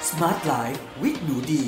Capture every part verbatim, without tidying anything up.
Smart Life with หนูดี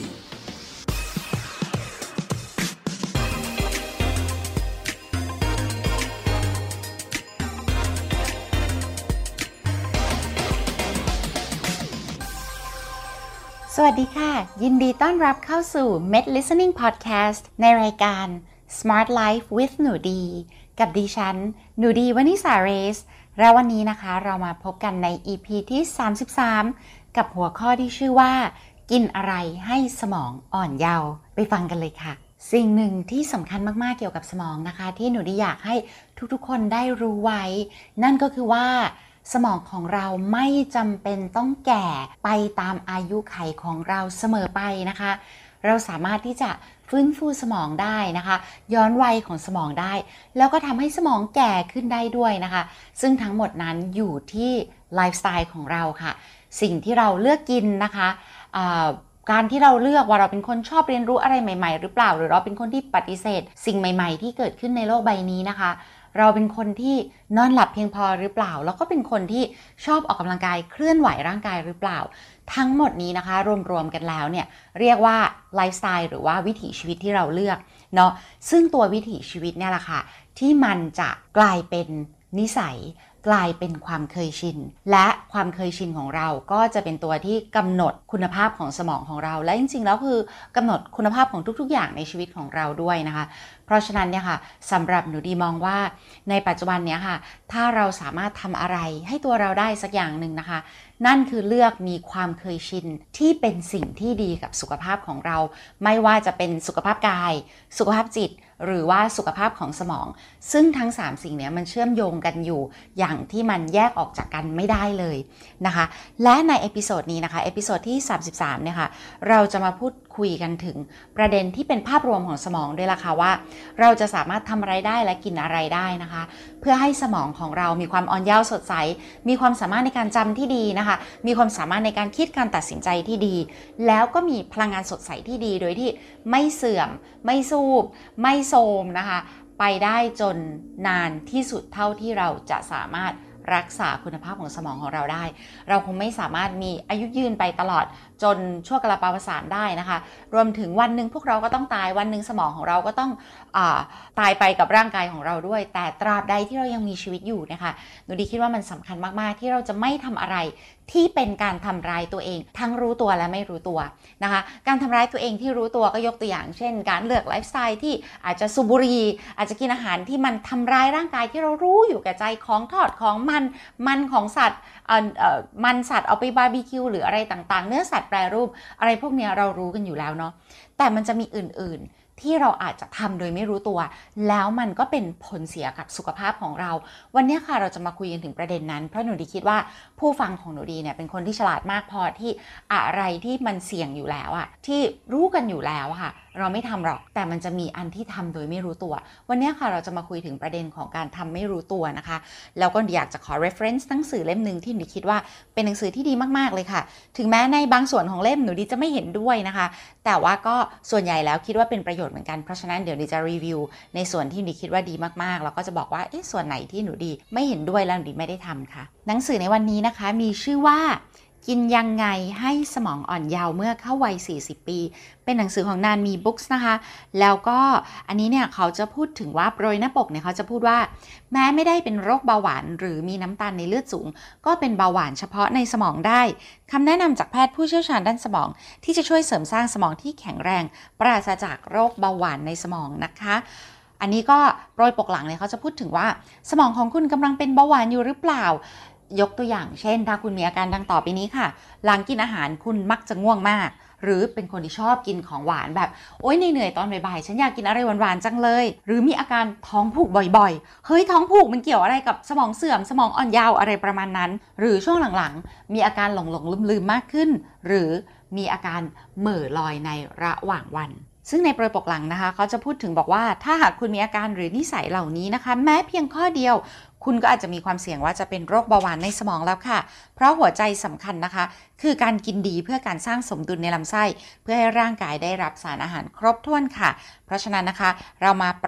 สวัสดีค่ะยินดีต้อนรับเข้าสู่ Med Listening Podcast ในรายการ Smart Life with หนูดีกับดิฉันหนูดีวนิสาเรสและวันนี้นะคะเรามาพบกันใน อี พี ที่สามสิบสามกับหัวข้อที่ชื่อว่ากินอะไรให้สมองอ่อนเยาว์ไปฟังกันเลยค่ะสิ่งหนึ่งที่สำคัญมากๆเกี่ยวกับสมองนะคะที่หนูดีอยากให้ทุกๆคนได้รู้ไว้นั่นก็คือว่าสมองของเราไม่จำเป็นต้องแก่ไปตามอายุขัยของเราเสมอไปนะคะเราสามารถที่จะฟื้นฟูสมองได้นะคะย้อนวัยของสมองได้แล้วก็ทำให้สมองแก่ขึ้นได้ด้วยนะคะซึ่งทั้งหมดนั้นอยู่ที่ไลฟ์สไตล์ของเราค่ะสิ่งที่เราเลือกกินนะคะการที่เราเลือกว่าเราเป็นคนชอบเรียนรู้อะไรใหม่ๆหรือเปล่าหรือเราเป็นคนที่ปฏิเสธสิ่งใหม่ๆที่เกิดขึ้นในโลกใบนี้นะคะเราเป็นคนที่นอนหลับเพียงพอหรือเปล่าแล้วก็เป็นคนที่ชอบออกกำลังกายเคลื่อนไหวร่างกายหรือเปล่าทั้งหมดนี้นะคะรวมๆกันแล้วเนี่ยเรียกว่าไลฟ์สไตล์หรือว่าวิถีชีวิตที่เราเลือกเนาะซึ่งตัววิถีชีวิตเนี่ยแหละค่ะที่มันจะกลายเป็นนิสัยกลายเป็นความเคยชินและความเคยชินของเราก็จะเป็นตัวที่กำหนดคุณภาพของสมองของเราและจริงๆแล้วคือกำหนดคุณภาพของทุกๆอย่างในชีวิตของเราด้วยนะคะเพราะฉะนั้นเนี่ยค่ะสำหรับหนูดีมองว่าในปัจจุบันเนี้ยค่ะถ้าเราสามารถทำอะไรให้ตัวเราได้สักอย่างหนึ่งนะคะนั่นคือเลือกมีความเคยชินที่เป็นสิ่งที่ดีกับสุขภาพของเราไม่ว่าจะเป็นสุขภาพกายสุขภาพจิตหรือว่าสุขภาพของสมองซึ่งทั้งสามสิ่งนี้มันเชื่อมโยงกันอยู่อย่างที่มันแยกออกจากกันไม่ได้เลยนะคะและในเอพิโซดนี้นะคะเอพิโซดที่สามสิบสามเนี่ยค่ะเราจะมาพูดคุยกันถึงประเด็นที่เป็นภาพรวมของสมองด้วยล่ะค่ะว่าเราจะสามารถทำอะไรได้และกินอะไรได้นะคะเพื่อให้สมองของเรามีความอ่อนเยาว์สดใสมีความสามารถในการจำที่ดีนะคะมีความสามารถในการคิดการตัดสินใจที่ดีแล้วก็มีพลังงานสดใสที่ดีโดยที่ไม่เสื่อมไม่สูบไม่โทรมนะคะไปได้จนนานที่สุดเท่าที่เราจะสามารถรักษาคุณภาพของสมองของเราได้เราคงไม่สามารถมีอายุยืนไปตลอดจนชั่วกาลปวสานได้นะคะรวมถึงวันหนึ่งพวกเราก็ต้องตายวันหนึ่งสมองของเราก็ต้องอ่าตายไปกับร่างกายของเราด้วยแต่ตราบใดที่เรายังมีชีวิตอยู่นะคะหนูดีคิดว่ามันสำคัญมากๆที่เราจะไม่ทำอะไรที่เป็นการทำร้ายตัวเองทั้งรู้ตัวและไม่รู้ตัวนะคะการทำร้ายตัวเองที่รู้ตัวก็ยกตัวอย่างเช่นการเลือกไลฟ์สไตล์ที่อาจจะสูบบุหรี่อาจจะกินอาหารที่มันทำร้ายร่างกายที่เรารู้อยู่แก่ใจของทอดของมันมันของสัตว์เอ่อเอ่อมันสัตว์เอาไปบาร์บีคิวหรืออะไรต่างๆเนื้อสัตว์แปรรูปอะไรพวกนี้เรารู้กันอยู่แล้วเนาะแต่มันจะมีอื่นๆที่เราอาจจะทำโดยไม่รู้ตัวแล้วมันก็เป็นผลเสียกับสุขภาพของเราวันนี้ค่ะเราจะมาคุยกันถึงประเด็นนั้นเพราะหนูดีคิดว่าผู้ฟังของหนูดีเนี่ยเป็นคนที่ฉลาดมากพอที่อะไรที่มันเสี่ยงอยู่แล้วอะที่รู้กันอยู่แล้วค่ะเราไม่ทำหรอกแต่มันจะมีอันที่ทำโดยไม่รู้ตัววันนี้ค่ะเราจะมาคุยถึงประเด็นของการทำไม่รู้ตัวนะคะแล้วก็อยากจะขอ reference หนังสือเล่มนึงที่หนูคิดว่าเป็นหนังสือที่ดีมากๆเลยค่ะถึงแม้ในบางส่วนของเล่มหนูดีจะไม่เห็นด้วยนะคะแต่ว่าก็ส่วนใหญ่แล้วคิดว่าเป็นประโยชน์เหมือนกันเพราะฉะนั้นเดี๋ยวหนูจะรีวิวในส่วนที่หนูคิดว่าดีมากๆแล้วก็จะบอกว่าเอ๊ะส่วนไหนที่หนูดีไม่เห็นด้วยแล้วหนูดีไม่ได้ทำค่ะหนังสือในวันนี้นะคะมีชื่อว่ากินยังไงให้สมองอ่อนเยาว์เมื่อเข้าวัยสี่สิบปีเป็นหนังสือของนานมีบุ๊กส์นะคะแล้วก็อันนี้เนี่ยเขาจะพูดถึงว่าโปรยหน้าปกเนี่ยเขาจะพูดว่าแม้ไม่ได้เป็นโรคเบาหวานหรือมีน้ำตาลในเลือดสูงก็เป็นเบาหวานเฉพาะในสมองได้คำแนะนำจากแพทย์ผู้เชี่ยวชาญด้านสมองที่จะช่วยเสริมสร้างสมองที่แข็งแรงปราศจากโรคเบาหวานในสมองนะคะอันนี้ก็โปรยปกหลังเนี่ยเขาจะพูดถึงว่าสมองของคุณกำลังเป็นเบาหวานอยู่หรือเปล่ายกตัวอย่างเช่นถ้าคุณมีอาการดังต่อไปนี้ค่ะหลังกินอาหารคุณมักจะง่วงมากหรือเป็นคนที่ชอบกินของหวานแบบโอ๊ยเหนื่อยๆตอนบ่ายๆฉันอยากกินอะไรหวานๆจังเลยหรือมีอาการท้องผูกบ่อยๆเฮ้ยท้องผูกมันเกี่ยวอะไรกับสมองเสื่อมสมองอ่อนเยาว์อะไรประมาณนั้นหรือช่วงหลังๆมีอาการหลงๆลืมๆมากขึ้นหรือมีอาการเหม่อลอยในระหว่างวันซึ่งในโปรยปกหลังนะคะเขาจะพูดถึงบอกว่าถ้าหากคุณมีอาการหรือนิสัยเหล่านี้นะคะแม้เพียงข้อเดียวคุณก็อาจจะมีความเสี่ยงว่าจะเป็นโรคเบาหวานในสมองแล้วค่ะเพราะหัวใจสำคัญนะคะคือการกินดีเพื่อการสร้างสมดุลในลำไส้เพื่อให้ร่างกายได้รับสารอาหารครบถ้วนค่ะเพราะฉะนั้นนะคะเรามาปรับ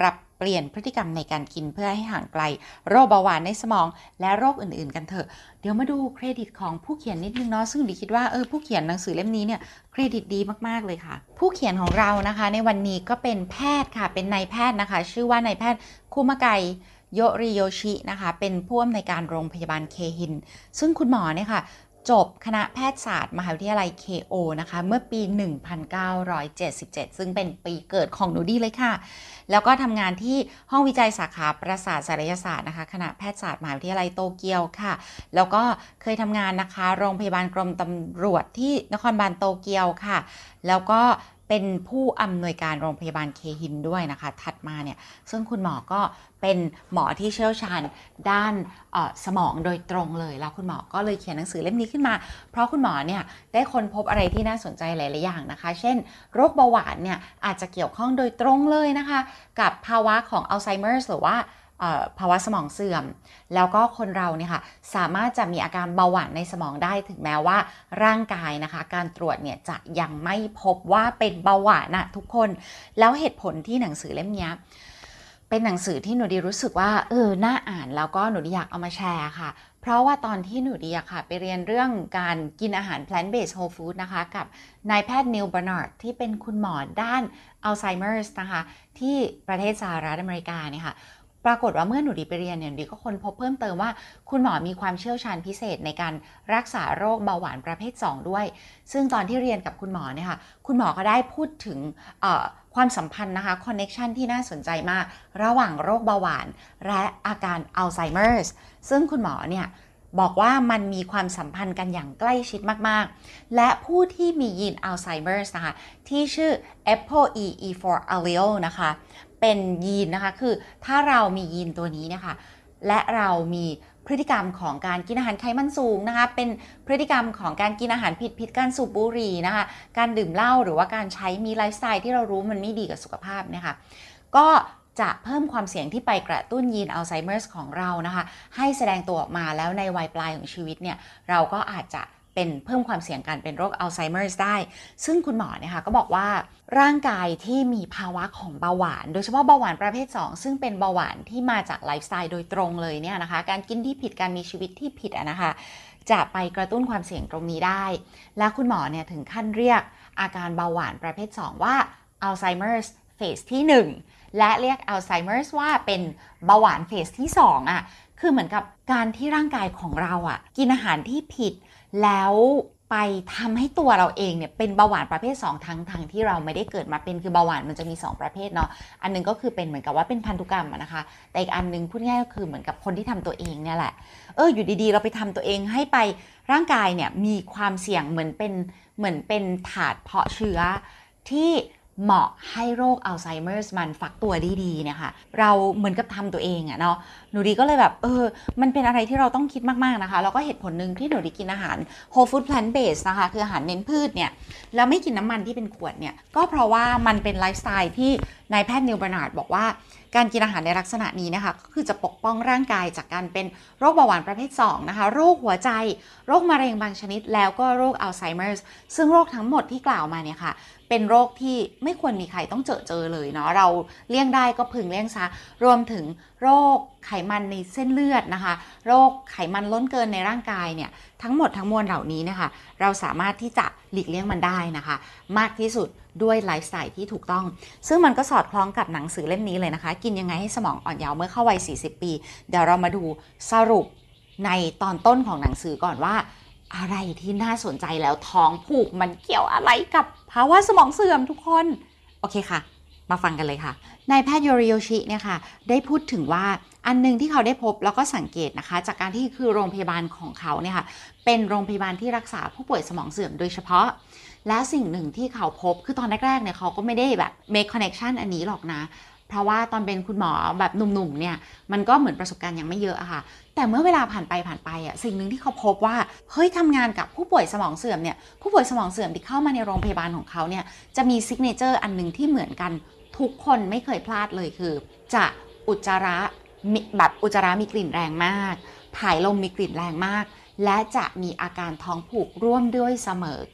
เปลี่ยนพฤติกรรมในการกินเพื่อให้ห่างไกลโรคเบาหวานในสมองและโรคอื่นๆกันเถอะเดี๋ยวมาดูเครดิตของผู้เขียนนิดนึงเนาะซึ่งดิคิดว่าเออผู้เขียนหนังสือเล่มนี้เนี่ยเครดิตดีมากๆเลยค่ะผู้เขียนของเรานะคะในวันนี้ก็เป็นแพทย์ค่ะเป็นนายแพทย์นะคะชื่อว่านายแพทย์คุมะไกโยริโยชินะคะเป็นผู้อำนวยการโรงพยาบาลเคฮินซึ่งคุณหมอเนี่ยค่ะจบคณะแพทยศาสตร์มหาวิทยาลัย เค โอ นะคะเมื่อปี หนึ่งพันเก้าร้อยเจ็ดสิบเจ็ด ซึ่งเป็นปีเกิดของหนูดีเลยค่ะแล้วก็ทำงานที่ห้องวิจัยสาขาประสาทศัลยศาสตร์นะคะคณะแพทยศาสตร์มหาวิทยาลัยโตเกียวค่ะแล้วก็เคยทำงานนะคะโรงพยาบาลกรมตำรวจที่นครบาลโตเกียวค่ะแล้วก็เป็นผู้อำนวยการโรงพยาบาลเคฮินด้วยนะคะถัดมาเนี่ยซึ่งคุณหมอก็เป็นหมอที่เชี่ยวชาญด้านสมองโดยตรงเลยแล้วคุณหมอก็เลยเขียนหนังสือเล่มนี้ขึ้นมาเพราะคุณหมอเนี่ยได้ค้นพบอะไรที่น่าสนใจหลายๆอย่างนะคะเช่นโรคเบาหวานเนี่ยอาจจะเกี่ยวข้องโดยตรงเลยนะคะกับภาวะของอัลไซเมอร์หรือว่าภาวะสมองเสื่อมแล้วก็คนเราเนี่ยค่ะสามารถจะมีอาการเบาหวานในสมองได้ถึงแม้ว่าร่างกายนะคะการตรวจเนี่ยจะยังไม่พบว่าเป็นเบาหวานนะทุกคนแล้วเหตุผลที่หนังสือเล่มนี้เป็นหนังสือที่หนูดีรู้สึกว่าเออน่าอ่านแล้วก็หนูดีอยากเอามาแชร์ค่ะเพราะว่าตอนที่หนูดีอะค่ะไปเรียนเรื่องการกินอาหาร plant based whole food นะคะกับนายแพทย์นิล บาร์นาร์ดที่เป็นคุณหมอด้านอัลไซเมอร์นะคะที่ประเทศสหรัฐอเมริกาเนี่ยค่ะปรากฏว่าเมื่อหนูดีไปเรียนเนี่ยหนูดีก็ค้นพบเพิ่มเติมว่าคุณหมอมีความเชี่ยวชาญพิเศษในการรักษาโรคเบาหวานประเภทสองด้วยซึ่งตอนที่เรียนกับคุณหมอเนี่ยค่ะคุณหมอก็ได้พูดถึงความสัมพันธ์นะคะคอนเนคชันที่น่าสนใจมากระหว่างโรคเบาหวานและอาการอัลไซเมอร์ซึ่งคุณหมอเนี่ยบอกว่ามันมีความสัมพันธ์กันอย่างใกล้ชิดมากๆและผู้ที่มียีนอัลไซเมอร์นะคะที่ชื่อ เอ พี โอ อี อี โฟร์ allele นะคะเป็นยีนนะคะคือถ้าเรามียีนตัวนี้นะคะและเรามีพฤติกรรมของการกินอาหารไขมันสูงนะคะเป็นพฤติกรรมของการกินอาหารผิดผิดการสูบบุหรี่นะคะการดื่มเหล้าหรือว่าการใช้มีไลฟ์สไตล์ที่เรารู้มันไม่ดีกับสุขภาพนะคะก็จะเพิ่มความเสี่ยงที่ไปกระตุ้นยีนอัลไซเมอร์ของเรานะคะให้แสดงตัวออกมาแล้วในวัยปลายของชีวิตเนี่ยเราก็อาจจะเป็นเพิ่มความเสี่ยงการเป็นโรคอัลไซเมอร์ได้ซึ่งคุณหมอเนี่ยค่ะก็บอกว่าร่างกายที่มีภาวะของเบาหวานโดยเฉพาะเบาหวานประเภทสองซึ่งเป็นเบาหวานที่มาจากไลฟ์สไตล์โดยตรงเลยเนี่ยนะคะการกินที่ผิดการมีชีวิตที่ผิดอะนะคะจะไปกระตุ้นความเสี่ยงตรงนี้ได้และคุณหมอเนี่ยถึงขั้นเรียกอาการเบาหวานประเภทสองว่าอัลไซเมอร์เฟสที่หนึ่งและเรียกอัลไซเมอร์ว่าเป็นเบาหวานเฟสที่สองอ่ะคือเหมือนกับการที่ร่างกายของเราอ่ะกินอาหารที่ผิดแล้วไปทำให้ตัวเราเองเนี่ยเป็นเบาหวานประเภทสองทั้งทางที่เราไม่ได้เกิดมาเป็นคือเบาหวานมันจะมีสองประเภทเนาะอันนึงก็คือเป็นเหมือนกับว่าเป็นพันธุกรรมนะคะแต่อีกอันนึงพูดง่ายก็คือเหมือนกับคนที่ทำตัวเองเนี่ยแหละเอออยู่ดีๆเราไปทำตัวเองให้ไปร่างกายเนี่ยมีความเสี่ยงเหมือนเป็นเหมือนเป็นถาดเพาะเชื้อที่เหมาะให้โรคอัลไซเมอร์มันฟักตัวดีๆเนี่ยค่ะเราเหมือนกับทำตัวเองอะเนาะหนูดีก็เลยแบบเออมันเป็นอะไรที่เราต้องคิดมากๆนะคะแล้วก็เหตุผลหนึ่งที่หนูดีกินอาหาร whole food plant based นะคะคืออาหารเน้นพืชเนี่ยแล้วไม่กินน้ำมันที่เป็นขวดเนี่ยก็เพราะว่ามันเป็นไลฟ์สไตล์ที่นายแพทย์นิล บาร์นาร์ดบอกว่าการกินอาหารในลักษณะนี้นะคะก็คือจะปกป้องร่างกายจากการเป็นโรคเบาหวานประเภทสองนะคะโรคหัวใจโรคมะเร็งบางชนิดแล้วก็โรคอัลไซเมอร์ซึ่งโรคทั้งหมดที่กล่าวมาเนี่ยค่ะเป็นโรคที่ไม่ควรมีใครต้องเจอเจอเลยเนาะเราเลี่ยงได้ก็พึงเลี่ยงซะรวมถึงโรคไขมันในเส้นเลือดนะคะโรคไขมันล้นเกินในร่างกายเนี่ยทั้งหมดทั้งมวลเหล่านี้นะคะเราสามารถที่จะหลีกเลี่ยงมันได้นะคะมากที่สุดด้วยไลฟ์สไตล์ที่ถูกต้องซึ่งมันก็สอดคล้องกับหนังสือเล่มนี้เลยนะคะกินยังไงให้สมองอ่อนเยาว์เมื่อเข้าวัยสี่สิบปีเดี๋ยวเรามาดูสรุปในตอนต้นของหนังสือก่อนว่าอะไรที่น่าสนใจแล้วท้องผูกมันเกี่ยวอะไรกับภาวะสมองเสื่อมทุกคนโอเคค่ะมาฟังกันเลยค่ะนายแพทย์โยริโยชิเนี่ยค่ะได้พูดถึงว่าอันนึงที่เขาได้พบแล้วก็สังเกตนะคะจากการที่คือโรงพยาบาลของเขาเนี่ยค่ะเป็นโรงพยาบาลที่รักษาผู้ป่วยสมองเสื่อมโดยเฉพาะและสิ่งหนึ่งที่เขาพบคือตอนแรกๆเนี่ยเขาก็ไม่ได้แบบ make connection อันนี้หรอกนะเพราะว่าตอนเป็นคุณหมอแบบหนุ่มๆเนี่ยมันก็เหมือนประสบการณ์ยังไม่เยอะอะค่ะแต่เมื่อเวลาผ่านไปผ่านไปอะสิ่งหนึ่งที่เขาพบว่าเฮ้ยทำงานกับผู้ป่วยสมองเสื่อมเนี่ยผู้ป่วยสมองเสื่อมที่เข้ามาในโรงพยาบาลของเขาเนี่ยจะมีซิกเนเจอร์อันนึงที่เหมือนกันทุกคนไม่เคยพลาดเลยคือจะอุจจาระแบบอุจจาระมีกลิ่นแรงมากถ่ายลมมีกลิ่นแรงมากและจะมีอาการท้องผูกร่วมด้วยเสมอกับ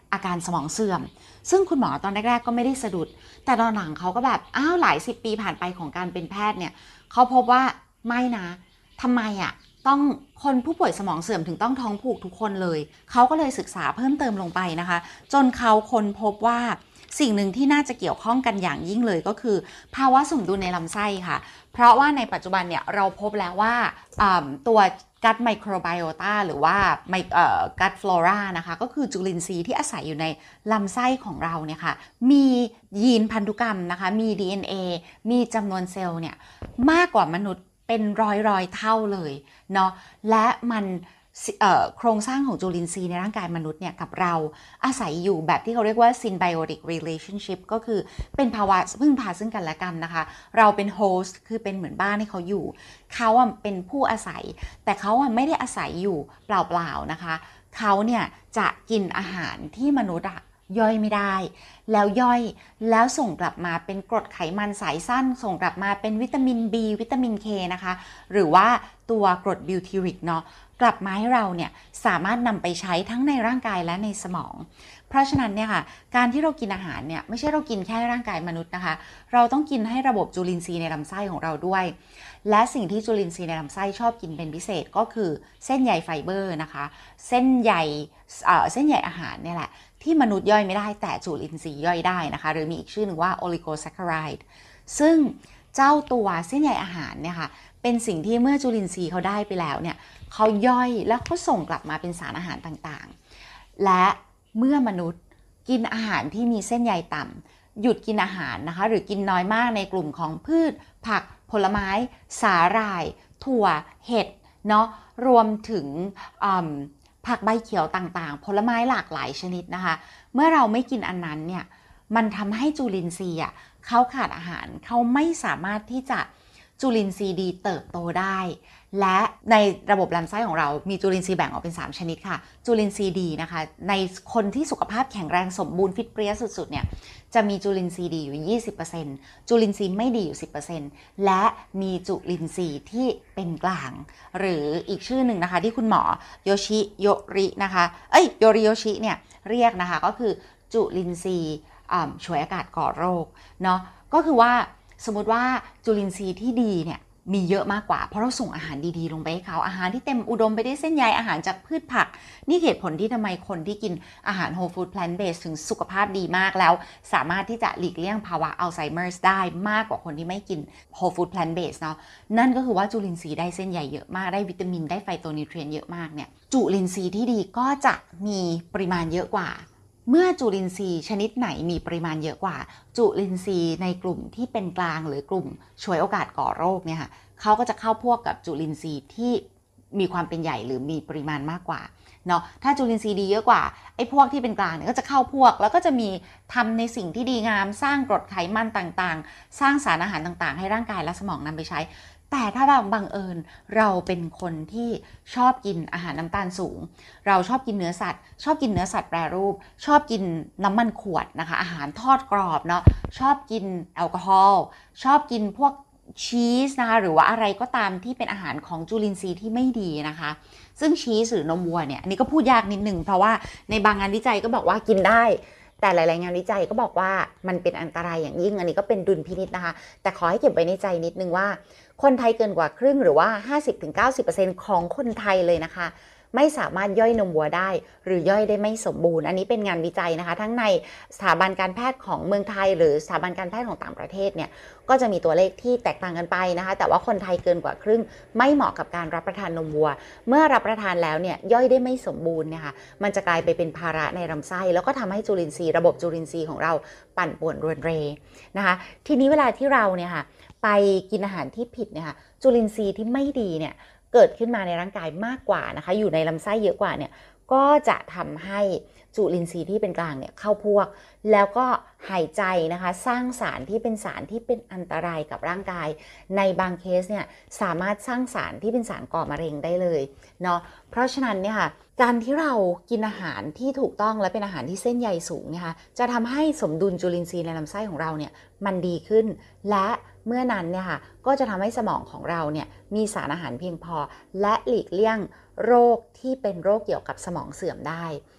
อาการสมองเสื่อมซึ่งคุณหมอตอนแรกๆก็ไม่ได้สะดุดแต่ตอนหลังเขาก็แบบอ้าวหลายสิบปีผ่านไปของการเป็นแพทย์เนี่ยเขาพบว่าไม่นะทำไมอ่ะต้องคนผู้ป่วยสมองเสื่อมถึงต้องท้องผูกทุกคนเลยเขาก็เลยศึกษาเพิ่มเติมลงไปนะคะจนเขาค้นพบว่าสิ่งหนึ่งที่น่าจะเกี่ยวข้องกันอย่างยิ่งเลยก็คือภาวะสมดุลในลำไส้ค่ะเพราะว่าในปัจจุบันเนี่ยเราพบแล้วว่าตัวกัตไมโครไบโอตาหรือว่ากัตฟลอรานะคะก็คือจุลินทรีย์ที่อาศัยอยู่ในลำไส้ของเราเนี่ยค่ะมียีนพันธุกรรมนะคะมี ดี เอ็น เอ มีจำนวนเซลล์เนี่ยมากกว่ามนุษย์เป็นร้อยร้อยเท่าเลยเนาะและมันโครงสร้างของจุลินทรีย์ในร่างกายมนุษย์เนี่ยกับเราอาศัยอยู่แบบที่เขาเรียกว่า symbiotic relationship ก็คือเป็นภาวะพึ่งพาซึ่งกันและกันนะคะเราเป็นโฮสต์คือเป็นเหมือนบ้านให้เขาอยู่เขาเป็นผู้อาศัยแต่เขาไม่ได้อาศัยอยู่เปล่าๆนะคะเขาเนี่ยจะกินอาหารที่มนุษย์อะย่อยไม่ได้แล้วย่อยแล้วส่งกลับมาเป็นกรดไขมันสายสั้นส่งกลับมาเป็นวิตามิน B วิตามิน K นะคะหรือว่าตัวกรดบิวทิริกเนาะกลับมาให้เราเนี่ยสามารถนำไปใช้ทั้งในร่างกายและในสมองเพราะฉะนั้นเนี่ยค่ะการที่เรากินอาหารเนี่ยไม่ใช่เรากินแค่ร่างกายมนุษย์นะคะเราต้องกินให้ระบบจุลินทรีย์ในลำไส้ของเราด้วยและสิ่งที่จุลินทรีย์ในลำไส้ชอบกินเป็นพิเศษก็คือเส้นใยไฟเบอร์นะคะเส้นใยเอ่อเส้นใยอาหารเนี่ยแหละที่มนุษย์ย่อยไม่ได้แต่จุลินทรีย์ย่อยได้นะคะหรือมีอีกชื่อหนึ่งว่าโอลิโกแซคคาไรด์ซึ่งเจ้าตัวเส้นใยอาหารเนี่ยค่ะเป็นสิ่งที่เมื่อจุลินทรีย์เขาได้ไปแล้วเนี่ยเขาย่อยแล้วเขาส่งกลับมาเป็นสารอาหารต่างๆและเมื่อมนุษย์กินอาหารที่มีเส้นใยต่ำหยุดกินอาหารนะคะหรือกินน้อยมากในกลุ่มของพืชผักผลไม้สาหร่ายถั่วเห็ดเนาะรวมถึงผักใบเขียวต่างๆผลไม้หลากหลายชนิดนะคะเมื่อเราไม่กินอันนั้นเนี่ยมันทำให้จุลินทรีย์อ่ะเขาขาดอาหารเขาไม่สามารถที่จะจุลินทรีย์ดีเติบโตได้และในระบบลำไส้ของเรามีจุลินทรีย์แบ่งออกเป็นสามชนิดค่ะจุลินทรีย์ดีนะคะในคนที่สุขภาพแข็งแรงสมบูรณ์ฟิตเปรี้ยสุดๆเนี่ยจะมีจุลินทรีย์ดีอยู่ ยี่สิบเปอร์เซ็นต์ จุลินทรีย์ไม่ดีอยู่ สิบเปอร์เซ็นต์ และมีจุลินทรีย์ที่เป็นกลางหรืออีกชื่อหนึ่งนะคะที่คุณหมอโยชิโยรินะคะเอ้ยโยริโยชิเนี่ยเรียกนะคะก็คือจุลินทรีย์ฉวยอากาศก่อโรคเนาะก็คือว่าสมมติว่าจุลินทรีย์ที่ดีเนี่ยมีเยอะมากกว่าเพราะเราส่งอาหารดีๆลงไปให้เขาอาหารที่เต็มอุดมไปด้วยเส้นใยอาหารจากพืชผักนี่เหตุผลที่ทำไมคนที่กินอาหาร whole food plant based ถึงสุขภาพดีมากแล้วสามารถที่จะหลีกเลี่ยงภาวะอัลไซเมอร์ได้มากกว่าคนที่ไม่กิน whole food plant based เนาะนั่นก็คือว่าจุลินทรีย์ได้เส้นใยเยอะมากได้วิตามินได้ไฟโตนิวเทรียนต์เยอะมากเนี่ยจุลินทรีย์ที่ดีก็จะมีปริมาณเยอะกว่าเมื่อจุลินทรีย์ชนิดไหนมีปริมาณเยอะกว่าจุลินทรีย์ในกลุ่มที่เป็นกลางหรือกลุ่มฉวยโอกาสก่อโรคเนี่ยค่ะเขาก็จะเข้าพวกกับจุลินทรีย์ที่มีความเป็นใหญ่หรือมีปริมาณมากกว่าเนาะถ้าจุลินทรีย์ดีเยอะกว่าไอ้พวกที่เป็นกลางเนี่ยก็จะเข้าพวกแล้วก็จะมีทำในสิ่งที่ดีงามสร้างกรดไขมันต่างๆสร้างสารอาหารต่างๆให้ร่างกายและสมองนำไปใช้แต่ถ้าบังเอิญเราเป็นคนที่ชอบกินอาหารน้ำตาลสูงเราชอบกินเนื้อสัตว์ชอบกินเนื้อสัตว์แปรรูปชอบกินน้ำมันขวดนะคะอาหารทอดกรอบเนาะชอบกินแอลกอฮอล์ชอบกินพวกชีสนะคะหรือว่าอะไรก็ตามที่เป็นอาหารของจุลินทรีย์ที่ไม่ดีนะคะซึ่งชีสหรือนมวัวเนี่ยอันนี้ก็พูดยากนิดนึงเพราะว่าในบางงานวิจัยก็บอกว่ากินได้แต่หลายๆงานวิจัยก็บอกว่ามันเป็นอันตรายอย่างยิ่งอันนี้ก็เป็นดุลพินิจนะคะแต่ขอให้เก็บไว้ในใจนิดนึงว่าคนไทยเกินกว่าครึ่งหรือว่า ห้าสิบถึงเก้าสิบเปอร์เซ็นต์ ของคนไทยเลยนะคะไม่สามารถย่อยนมวัวได้หรือย่อยได้ไม่สมบูรณ์อันนี้เป็นงานวิจัยนะคะทั้งในสถาบันการแพทย์ของเมืองไทยหรือสถาบันการแพทย์ของต่างประเทศเนี่ยก็จะมีตัวเลขที่แตกต่างกันไปนะคะแต่ว่าคนไทยเกินกว่าครึ่งไม่เหมาะกับการรับประทานนมวัวเมื่อรับประทานแล้วเนี่ยย่อยได้ไม่สมบูรณ์เนี่ยค่ะมันจะกลายไปเป็นภาระในลำไส้แล้วก็ทำให้จุลินทรีย์ระบบจุลินทรีย์ของเราปั่นป่วนรวนเรนะคะทีนี้เวลาที่เราเนี่ยค่ะไปกินอาหารที่ผิดเนี่ยค่ะจุลินทรีย์ที่ไม่ดีเนี่ยเกิดขึ้นมาในร่างกายมากกว่านะคะอยู่ในลำไส้เยอะกว่าเนี่ยก็จะทำให้จุลินทรีย์ที่เป็นกลางเนี่ยเข้าพวกแล้วก็หายใจนะคะสร้างสารที่เป็นสารที่เป็นอันตรายกับร่างกายในบางเคสเนี่ยสามารถสร้างสารที่เป็นสารก่อมะเร็งได้เลยเนาะเพราะฉะนั้นเนี่ยค่ะการที่เรากินอาหารที่ถูกต้องและเป็นอาหารที่เส้นใยสูงเนี่ยค่ะจะทำให้สมดุลจุลินทรีย์ในลำไส้ของเราเนี่ยมันดีขึ้นและเมื่อนั้นเนี่ยค่ะก็จะทำให้สมองของเราเนี่ยมีสารอาหารเพียงพอและหลีกเลี่ยงโรคที่เป็นโรคเกี่ยวกับสมองเสื่อมได้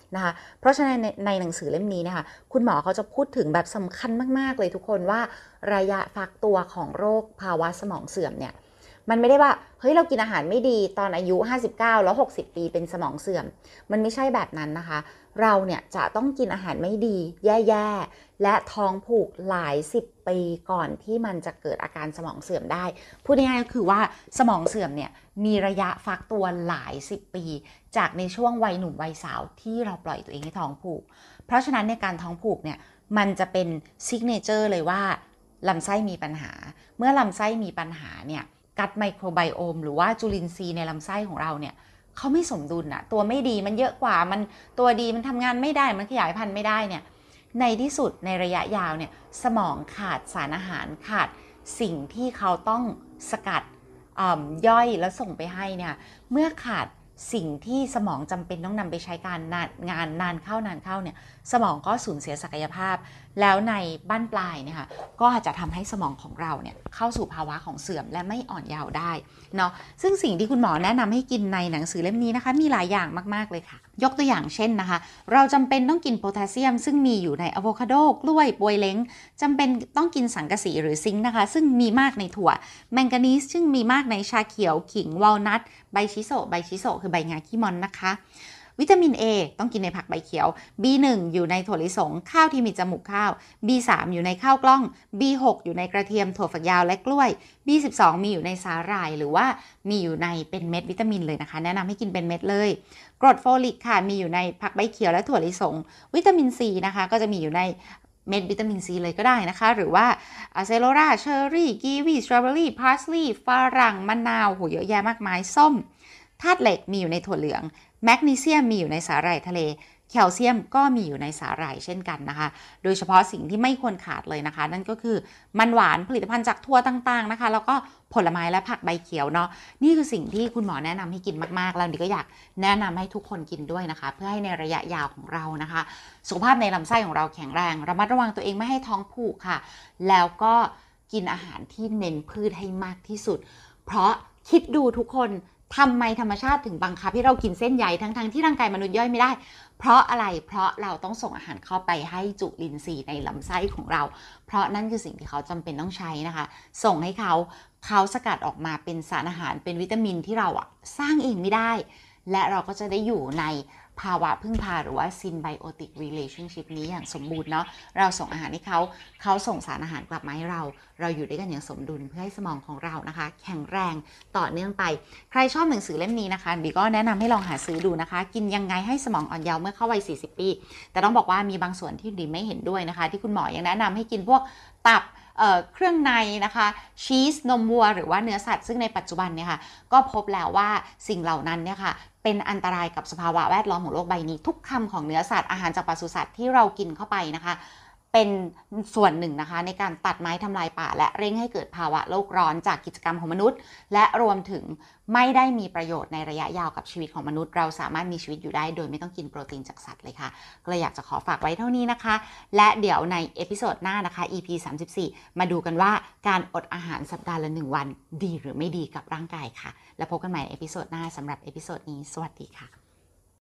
นะคะเพราะฉะนั้นในในหนังสือเล่มนี้นะคะคุณหมอเขาจะพูดถึงแบบสำคัญมากๆเลยทุกคนว่าระยะฟักตัวของโรคภาวะสมองเสื่อมเนี่ยมันไม่ได้ว่าเฮ้ยเรากินอาหารไม่ดีตอนอายุห้าสิบเก้าแล้วหกสิบปีเป็นสมองเสื่อมมันไม่ใช่แบบนั้นนะคะเราเนี่ยจะต้องกินอาหารไม่ดีแย่ๆและท้องผูกหลายสิบปีก่อนที่มันจะเกิดอาการสมองเสื่อมได้พูดง่ายๆก็คือว่าสมองเสื่อมเนี่ยมีระยะฟักตัวหลายสิบปีจากในช่วงวัยหนุ่มวัยสาวที่เราปล่อยตัวเองให้ท้องผูกเพราะฉะนั้นในการท้องผูกเนี่ยมันจะเป็นซิกเนเจอร์เลยว่าลำไส้มีปัญหาเมื่อลำไส้มีปัญหาเนี่ยกัดไมโครไบโอมหรือว่าจุลินทรีย์ในลำไส้ของเราเนี่ยเขาไม่สมดุลอะตัวไม่ดีมันเยอะกว่ามันตัวดีมันทำงานไม่ได้มันขยายพันธุ์ไม่ได้เนี่ยในที่สุดในระยะยาวเนี่ยสมองขาดสารอาหารขาดสิ่งที่เขาต้องสกัดย่อยแล้วส่งไปให้เนี่ยเมื่อขาดสิ่งที่สมองจำเป็นต้องนำไปใช้การงานนานเข้านานเข้าเนี่ยสมองก็สูญเสียศักยภาพแล้วในบั้นปลายเนี่ยค่ะก็อาจจะทำให้สมองของเราเนี่ยเข้าสู่ภาวะของเสื่อมและไม่อ่อนเยาว์ได้เนาะซึ่งสิ่งที่คุณหมอแนะนำให้กินในหนังสือเล่มนี้นะคะมีหลายอย่างมากๆเลยค่ะยกตัวอย่างเช่นนะคะเราจำเป็นต้องกินโพแทสเซียมซึ่งมีอยู่ในอะโวคาโดกล้วยบวยเล้งจำเป็นต้องกินสังกะสีหรือซิงค์นะคะซึ่งมีมากในถั่วแมงกานีสซึ่งมีมากในชาเขียวขิงวอลนัทใบชิโซใบชิโซคือใบงาขี้มอนนะคะวิตามิน A ต้องกินในผักใบเขียว บี หนึ่ง อยู่ในถั่วลิสงข้าวที่มีจมูกข้าว บี สาม อยู่ในข้าวกล้อง บี หก อยู่ในกระเทียมถั่วฝักยาวและกล้วย บี สิบสอง มีอยู่ในสาหร่ายหรือว่ามีอยู่ในเป็นเม็ดวิตามินเลยนะคะแนะนำให้กินเป็นเม็ดเลยกรดโฟลิกค่ะมีอยู่ในผักใบเขียวและถั่วลิสงวิตามิน ซี นะคะก็จะมีอยู่ในเม็ดวิตามินซีเลยก็ได้นะคะหรือว่าอะเซโลราเชอร์รี่กีวีสตรอเบอรี่พาร์สลีย์ฝรั่งมะนาวโหเยอะแยะมากมายส้มธาตุเหล็กมีอยู่ในถั่วเหลืองแมกนีเซียมมีอยู่ในสาหร่ายทะเลแคลเซียมก็มีอยู่ในสาหร่ายเช่นกันนะคะโดยเฉพาะสิ่งที่ไม่ควรขาดเลยนะคะนั่นก็คือมันหวานผลิตภัณฑ์จากถั่วต่างๆนะคะแล้วก็ผลไม้และผักใบเขียวเนาะนี่คือสิ่งที่คุณหมอแนะนำให้กินมากๆแล้วดิก็อยากแนะนำให้ทุกคนกินด้วยนะคะเพื่อให้ในระยะยาวของเรานะคะสุขภาพในลำไส้ของเราแข็งแรงระมัดระวังตัวเองไม่ให้ท้องผูกค่ะแล้วก็กินอาหารที่เน้นพืชให้มากที่สุดเพราะคิดดูทุกคนทำไมธรรมชาติถึงบังคับให้เรากินเส้นใยทั้งๆ ท, ที่ร่างกายมนุษย์ย่อยไม่ได้เพราะอะไรเพราะเราต้องส่งอาหารเข้าไปให้จุลินทรีย์ในลำไส้ของเราเพราะนั่นคือสิ่งที่เขาจำเป็นต้องใช้นะคะส่งให้เขาเขาสกัดออกมาเป็นสารอาหารเป็นวิตามินที่เราอะสร้างเองไม่ได้และเราก็จะได้อยู่ในภาวะพึ่งพาหรือว่า symbiotic relationship นี้อย่างสมบูรณ์เนาะเราส่งอาหารให้เขาเขาส่งสารอาหารกลับมาให้เราเราอยู่ด้วยกันอย่างสมดุลเพื่อให้สมองของเรานะคะแข็งแรงต่อเนื่องไปใครชอบหนังสือเล่มนี้นะคะดิก็แนะนำให้ลองหาซื้อดูนะคะกินยังไงให้สมองอ่อนเยาว์เมื่อเข้าวัยสี่สิบปีแต่ต้องบอกว่ามีบางส่วนที่ดิไม่เห็นด้วยนะคะที่คุณหมอยังแนะนำให้กินพวกตับเอ่อเครื่องในนะคะชีสนมวัวหรือว่าเนื้อสัตว์ซึ่งในปัจจุบันเนี่ยค่ะก็พบแล้วว่าสิ่งเหล่านั้นเนี่ยค่ะเป็นอันตรายกับสภาวะแวดล้อมของโลกใบนี้ทุกคำของเนื้อสัตว์อาหารจากปศุสัตว์ที่เรากินเข้าไปนะคะเป็นส่วนหนึ่งนะคะในการตัดไม้ทำลายป่าและเร่งให้เกิดภาวะโลกร้อนจากกิจกรรมของมนุษย์และรวมถึงไม่ได้มีประโยชน์ในระยะยาวกับชีวิตของมนุษย์เราสามารถมีชีวิตอยู่ได้โดยไม่ต้องกินโปรตีนจากสัตว์เลยค่ะก็เลยอยากจะขอฝากไว้เท่านี้นะคะและเดี๋ยวในเอพิโซดหน้านะคะ อี พี สามสิบสี่มาดูกันว่าการอดอาหารสัปดาห์ละหนึ่งวันดีหรือไม่ดีกับร่างกายค่ะแล้วพบกันใหม่ในเอพิโซดหน้าสำหรับเอพิโซดนี้สวัสดีค่ะ